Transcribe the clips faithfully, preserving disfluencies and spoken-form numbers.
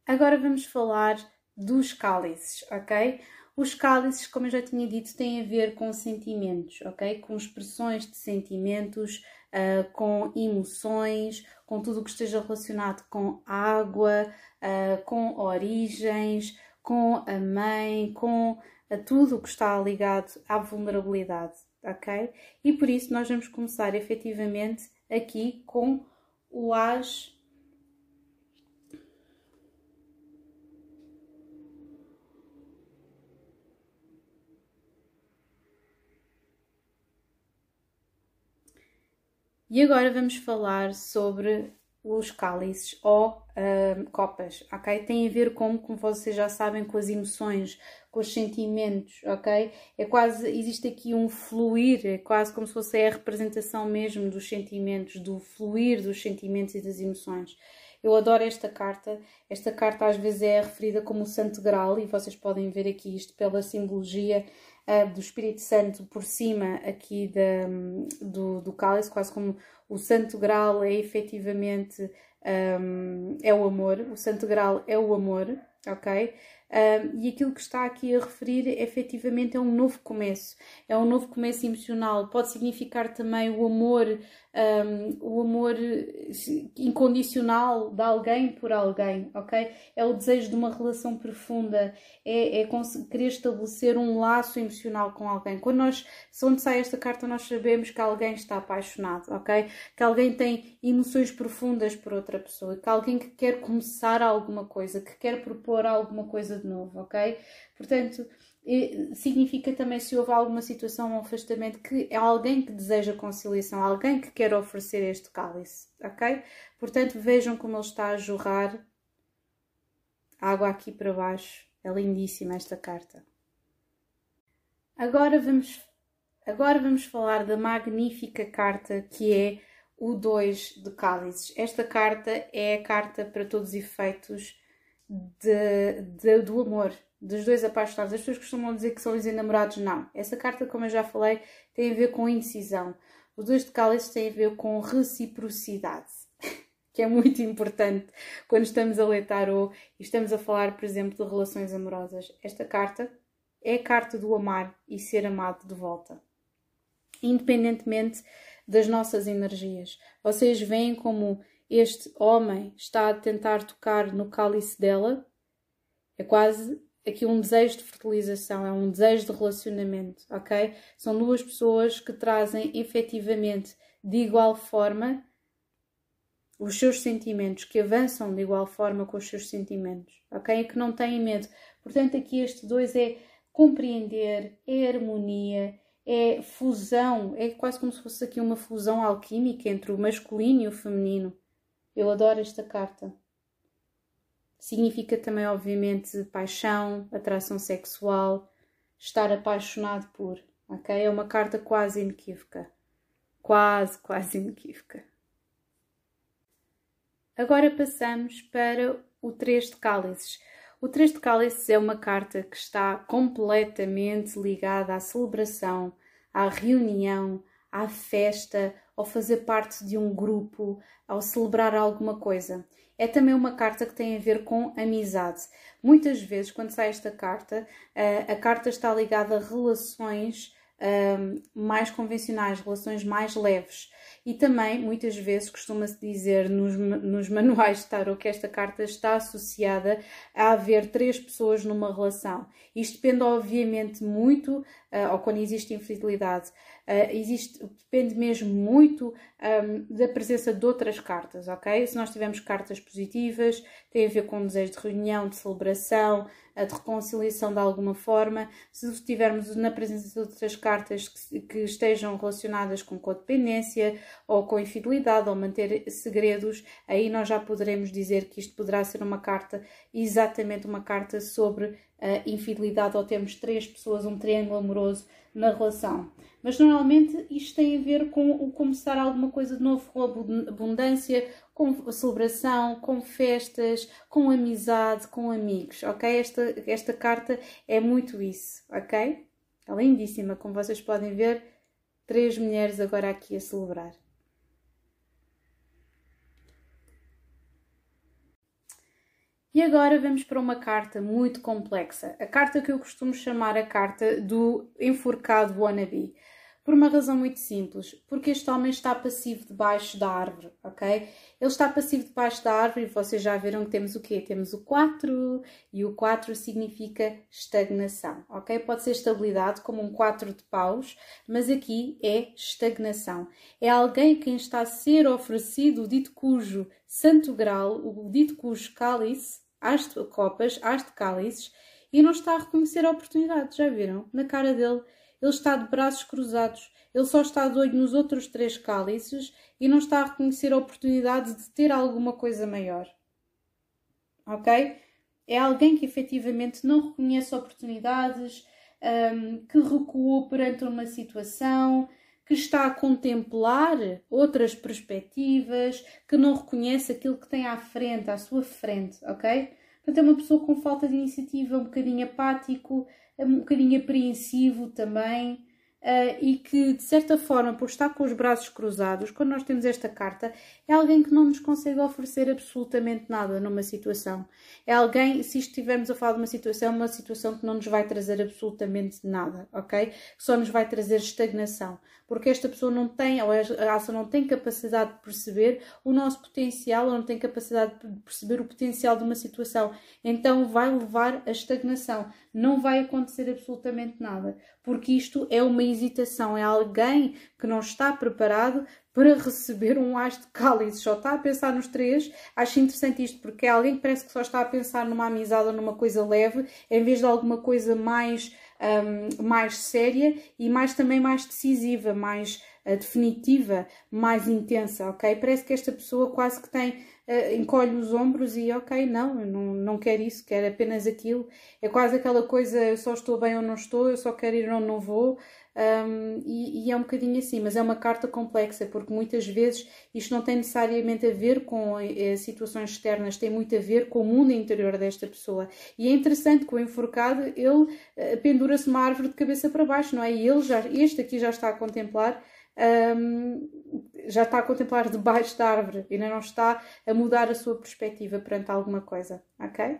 Agora vamos falar dos cálices, ok? Os cálices, como eu já tinha dito, têm a ver com sentimentos, ok? Com expressões de sentimentos, uh, com emoções, com tudo o que esteja relacionado com água, uh, com origens, com a mãe, com uh, tudo o que está ligado à vulnerabilidade, ok? E por isso nós vamos começar efetivamente aqui com o as. E agora vamos falar sobre os cálices ou uh, copas, ok? Tem a ver com, como vocês já sabem, com as emoções, com os sentimentos, ok? É quase, existe aqui um fluir, é quase como se fosse a representação mesmo dos sentimentos, do fluir dos sentimentos e das emoções. Eu adoro esta carta. Esta carta às vezes é referida como o Santo Graal e vocês podem ver aqui isto pela simbologia uh, do Espírito Santo por cima aqui da, do, do cálice, quase como o Santo Graal é efetivamente um, é o amor. O Santo Graal é o amor, ok? Um, e aquilo que está aqui a referir efetivamente é um novo começo, é um novo começo emocional. Pode significar também o amor, um, o amor incondicional de alguém por alguém, ok? É o desejo de uma relação profunda, é, é querer estabelecer um laço emocional com alguém. Quando nós, se onde sai esta carta, nós sabemos que alguém está apaixonado, ok? Que alguém tem emoções profundas por outra pessoa, que alguém que quer começar alguma coisa, que quer propor alguma coisa de novo, ok? Portanto, significa também, se houve alguma situação, um afastamento, que é alguém que deseja conciliação, alguém que quer oferecer este cálice, ok? Portanto, vejam como ele está a jorrar água aqui para baixo. É lindíssima esta carta. Agora vamos, agora vamos falar da magnífica carta que é o dois de cálices. Esta carta é a carta para todos os efeitos de, de, do amor, dos dois apaixonados. As pessoas costumam dizer que são os enamorados. Não. Essa carta, como eu já falei, tem a ver com indecisão. Os dois de cálices têm a ver com reciprocidade, que é muito importante quando estamos a ler tarô e estamos a falar, por exemplo, de relações amorosas. Esta carta é a carta do amar e ser amado de volta, independentemente das nossas energias. Vocês veem como este homem está a tentar tocar no cálice dela. É quase aqui um desejo de fertilização, é um desejo de relacionamento, ok? São duas pessoas que trazem efetivamente de igual forma os seus sentimentos, que avançam de igual forma com os seus sentimentos, ok? E que não têm medo. Portanto, aqui este dois é compreender, é harmonia, é fusão, é quase como se fosse aqui uma fusão alquímica entre o masculino e o feminino. Eu adoro esta carta. Significa também, obviamente, paixão, atração sexual, estar apaixonado por, ok? É uma carta quase inequívoca. Quase, quase inequívoca. Agora passamos para o três de cálices. O três de cálices é uma carta que está completamente ligada à celebração, à reunião, à festa, ao fazer parte de um grupo, ao celebrar alguma coisa. É também uma carta que tem a ver com amizade. Muitas vezes, quando sai esta carta, a carta está ligada a relações mais convencionais, relações mais leves. E também, muitas vezes, costuma-se dizer nos, nos manuais de tarot que esta carta está associada a haver três pessoas numa relação. Isto depende, obviamente, muito, uh, ou quando existe infidelidade, uh, existe, depende mesmo muito um, da presença de outras cartas, ok? Se nós tivermos cartas positivas, tem a ver com um desejo de reunião, de celebração, de reconciliação de alguma forma. Se estivermos na presença de outras cartas que, que estejam relacionadas com codependência ou com infidelidade ou manter segredos, aí nós já poderemos dizer que isto poderá ser uma carta, exatamente uma carta sobre a infidelidade, ou termos três pessoas, um triângulo amoroso na relação. Mas normalmente isto tem a ver com o começar alguma coisa de novo, com abundância, com celebração, com festas, com amizade, com amigos, ok? Esta, esta carta é muito isso, ok? É lindíssima, como vocês podem ver, três mulheres agora aqui a celebrar. E agora vamos para uma carta muito complexa, a carta que eu costumo chamar a carta do enforcado wannabe. Por uma razão muito simples, porque este homem está passivo debaixo da árvore, ok? Ele está passivo debaixo da árvore e vocês já viram que temos o quê? Temos o quatro e o quatro significa estagnação, ok? Pode ser estabilidade como um quatro de paus, mas aqui é estagnação. É alguém quem está a ser oferecido o dito cujo santo grau, o dito cujo cálice, as de copas, as de cálices, e não está a reconhecer a oportunidade, já viram? Na cara dele. Ele está de braços cruzados, ele só está de olho nos outros três cálices e não está a reconhecer a oportunidade de ter alguma coisa maior. Ok? É alguém que efetivamente não reconhece oportunidades, um, que recuou perante uma situação, que está a contemplar outras perspectivas, que não reconhece aquilo que tem à frente, à sua frente, ok? Portanto, é uma pessoa com falta de iniciativa, um bocadinho apático, um bocadinho apreensivo também, uh, e que, de certa forma, por estar com os braços cruzados, quando nós temos esta carta, é alguém que não nos consegue oferecer absolutamente nada numa situação. É alguém, se estivermos a falar de uma situação, uma situação que não nos vai trazer absolutamente nada, ok? Que só nos vai trazer estagnação. Porque esta pessoa não tem, ou essa não tem capacidade de perceber o nosso potencial, ou não tem capacidade de perceber o potencial de uma situação. Então vai levar à estagnação. Não vai acontecer absolutamente nada. Porque isto é uma hesitação, é alguém que não está preparado para receber um as de cálices, só está a pensar nos três. Acho interessante isto, porque é alguém que parece que só está a pensar numa amizade ou numa coisa leve, em vez de alguma coisa mais, um, mais séria e mais também mais decisiva, mais uh, definitiva, mais intensa, ok? Parece que esta pessoa quase que tem, uh, encolhe os ombros e ok, não, eu não, não quero isso, quero apenas aquilo. É quase aquela coisa, eu só estou bem ou não estou, eu só quero ir ou não vou. Um, e, e é um bocadinho assim, mas é uma carta complexa, porque muitas vezes isto não tem necessariamente a ver com eh, situações externas, tem muito a ver com o mundo interior desta pessoa. E é interessante que o enforcado, ele eh, pendura-se numa árvore de cabeça para baixo, não é? E ele já, este aqui já está a contemplar, um, já está a contemplar debaixo da árvore, ainda não está a mudar a sua perspectiva perante alguma coisa, ok?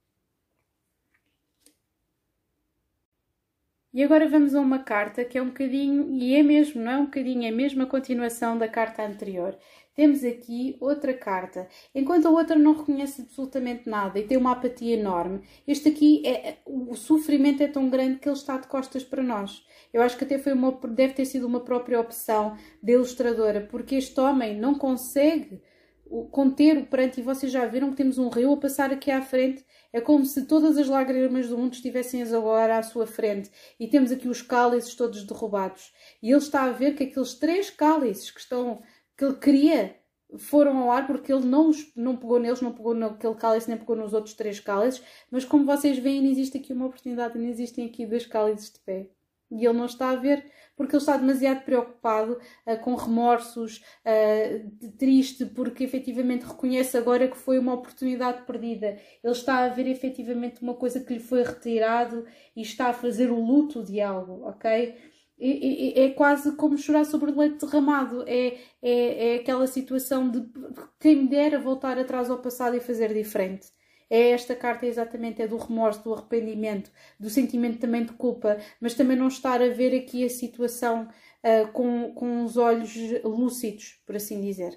E agora vamos a uma carta que é um bocadinho, e é mesmo, não é um bocadinho, é mesmo a continuação da carta anterior. Temos aqui outra carta. Enquanto a outra não reconhece absolutamente nada e tem uma apatia enorme, este aqui, é, o sofrimento é tão grande que ele está de costas para nós. Eu acho que até foi uma, deve ter sido uma própria opção da ilustradora, porque este homem não consegue conter o pranto e vocês já viram que temos um rio a passar aqui à frente. É como se todas as lágrimas do mundo estivessem agora à sua frente. E temos aqui os cálices todos derrubados. E ele está a ver que aqueles três cálices que, estão, que ele queria foram ao ar porque ele não, não pegou neles, não pegou naquele cálice, nem pegou nos outros três cálices. Mas como vocês veem, não existe aqui uma oportunidade, não existem aqui dois cálices de pé. E ele não está a ver porque ele está demasiado preocupado, uh, com remorsos, uh, triste, porque efetivamente reconhece agora que foi uma oportunidade perdida. Ele está a ver efetivamente uma coisa que lhe foi retirado e está a fazer o luto de algo, ok? É, é, é quase como chorar sobre o leite derramado. É, é, é aquela situação de quem me dera voltar atrás ao passado e fazer diferente. É esta carta exatamente, é do remorso, do arrependimento, do sentimento também de culpa, mas também não estar a ver aqui a situação uh, com, com os olhos lúcidos, por assim dizer.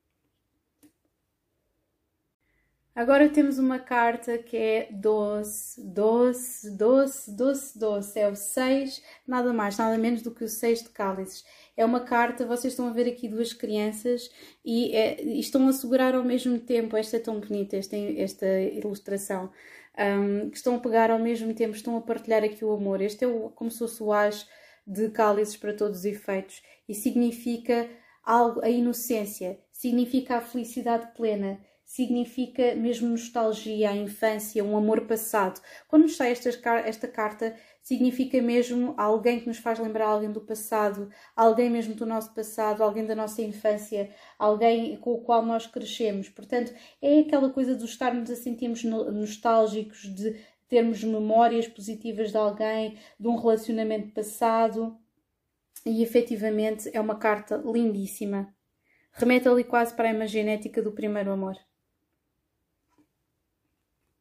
Agora temos uma carta que é doce, doce, doce, doce, doce. É o seis, nada mais, nada menos do que o seis de cálices. É uma carta, vocês estão a ver aqui duas crianças e, é, e estão a segurar ao mesmo tempo, esta é tão bonita, esta, esta ilustração, um, que estão a pegar ao mesmo tempo, estão a partilhar aqui o amor. Este é o, como se fosse o as de cálices para todos os efeitos e significa algo, a inocência, significa a felicidade plena, significa mesmo nostalgia, a infância, um amor passado. Quando nos sai esta, esta carta, significa mesmo alguém que nos faz lembrar alguém do passado, alguém mesmo do nosso passado, alguém da nossa infância, alguém com o qual nós crescemos. Portanto, é aquela coisa de estarmos a sentirmos nostálgicos, de termos memórias positivas de alguém, de um relacionamento passado. E efetivamente é uma carta lindíssima. Remete ali quase para a imagenética do primeiro amor.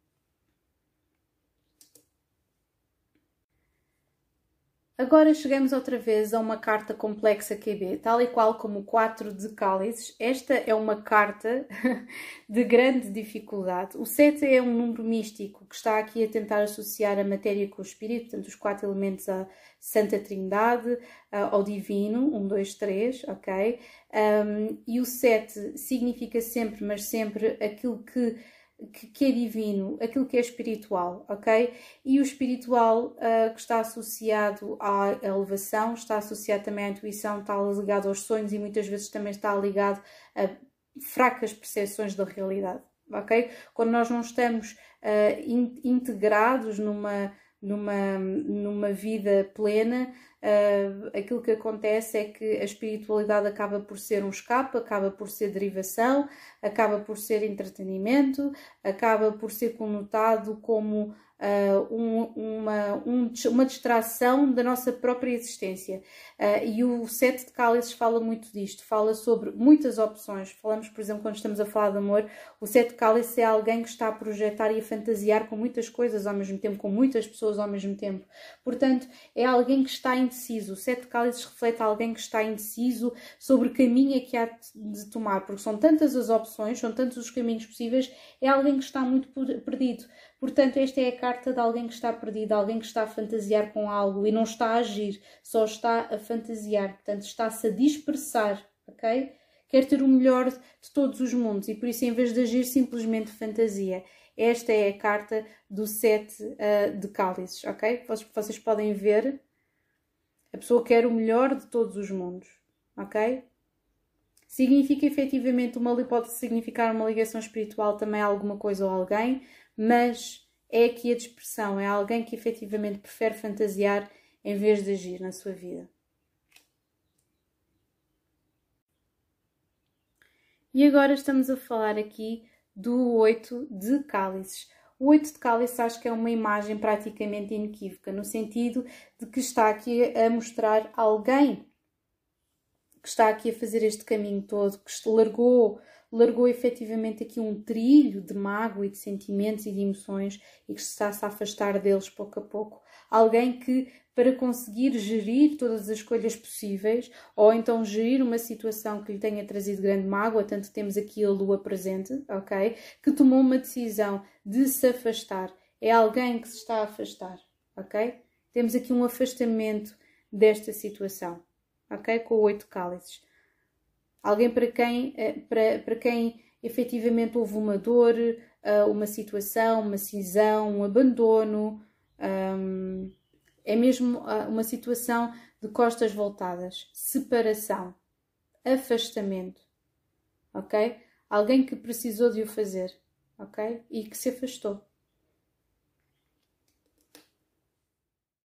Agora chegamos outra vez a uma carta complexa Q B, tal e qual como o quatro de cálices. Esta é uma carta de grande dificuldade. O sete é um número místico que está aqui a tentar associar a matéria com o espírito, portanto os quatro elementos à Santa Trindade, ao divino, um, dois, três, ok? Um, e o sete significa sempre, mas sempre, aquilo que Que, que é divino, aquilo que é espiritual, ok? E o espiritual uh, que está associado à elevação, está associado também à intuição, está ligado aos sonhos e muitas vezes também está ligado a fracas percepções da realidade, ok? Quando nós não estamos uh, in, integrados numa, numa, numa vida plena, Uh, aquilo que acontece é que a espiritualidade acaba por ser um escape, acaba por ser derivação, acaba por ser entretenimento, acaba por ser conotado como uh, um, uma, um, uma distração da nossa própria existência. Uh, e o sete de cálices fala muito disto, fala sobre muitas opções. Falamos, por exemplo, quando estamos a falar de amor, o sete de cálices é alguém que está a projetar e a fantasiar com muitas coisas ao mesmo tempo, com muitas pessoas ao mesmo tempo. Portanto, é alguém que está indeciso. O sete de cálices reflete alguém que está indeciso sobre o caminho que há de tomar, porque são tantas as opções, são tantos os caminhos possíveis, é alguém que está muito perdido. Portanto, esta é a carta de alguém que está perdido, alguém que está a fantasiar com algo e não está a agir, só está a fantasiar, portanto, está-se a dispersar, ok? Quer ter o melhor de todos os mundos e por isso, em vez de agir, simplesmente fantasia. Esta é a carta do sete uh, de cálices, ok? Vocês podem ver. A pessoa quer o melhor de todos os mundos, ok? Significa efetivamente, uma, pode significar uma ligação espiritual também a alguma coisa ou alguém, mas é aqui a dispersão, é alguém que efetivamente prefere fantasiar em vez de agir na sua vida. E agora estamos a falar aqui do oito de cálices. O oito de cálices acho que é uma imagem praticamente inequívoca, no sentido de que está aqui a mostrar alguém que está aqui a fazer este caminho todo, que largou, largou efetivamente aqui um trilho de mágoa e de sentimentos e de emoções e que está-se a afastar deles pouco a pouco. Alguém que, para conseguir gerir todas as escolhas possíveis, ou então gerir uma situação que lhe tenha trazido grande mágoa, tanto temos aqui a lua presente, ok? Que tomou uma decisão de se afastar. É alguém que se está a afastar, ok? Temos aqui um afastamento desta situação, ok? Com o oito de cálices. Alguém para quem, para, para quem efetivamente houve uma dor, uma situação, uma cisão, um abandono. Um, é mesmo uma situação de costas voltadas, separação, afastamento, ok? Alguém que precisou de o fazer, ok? E que se afastou.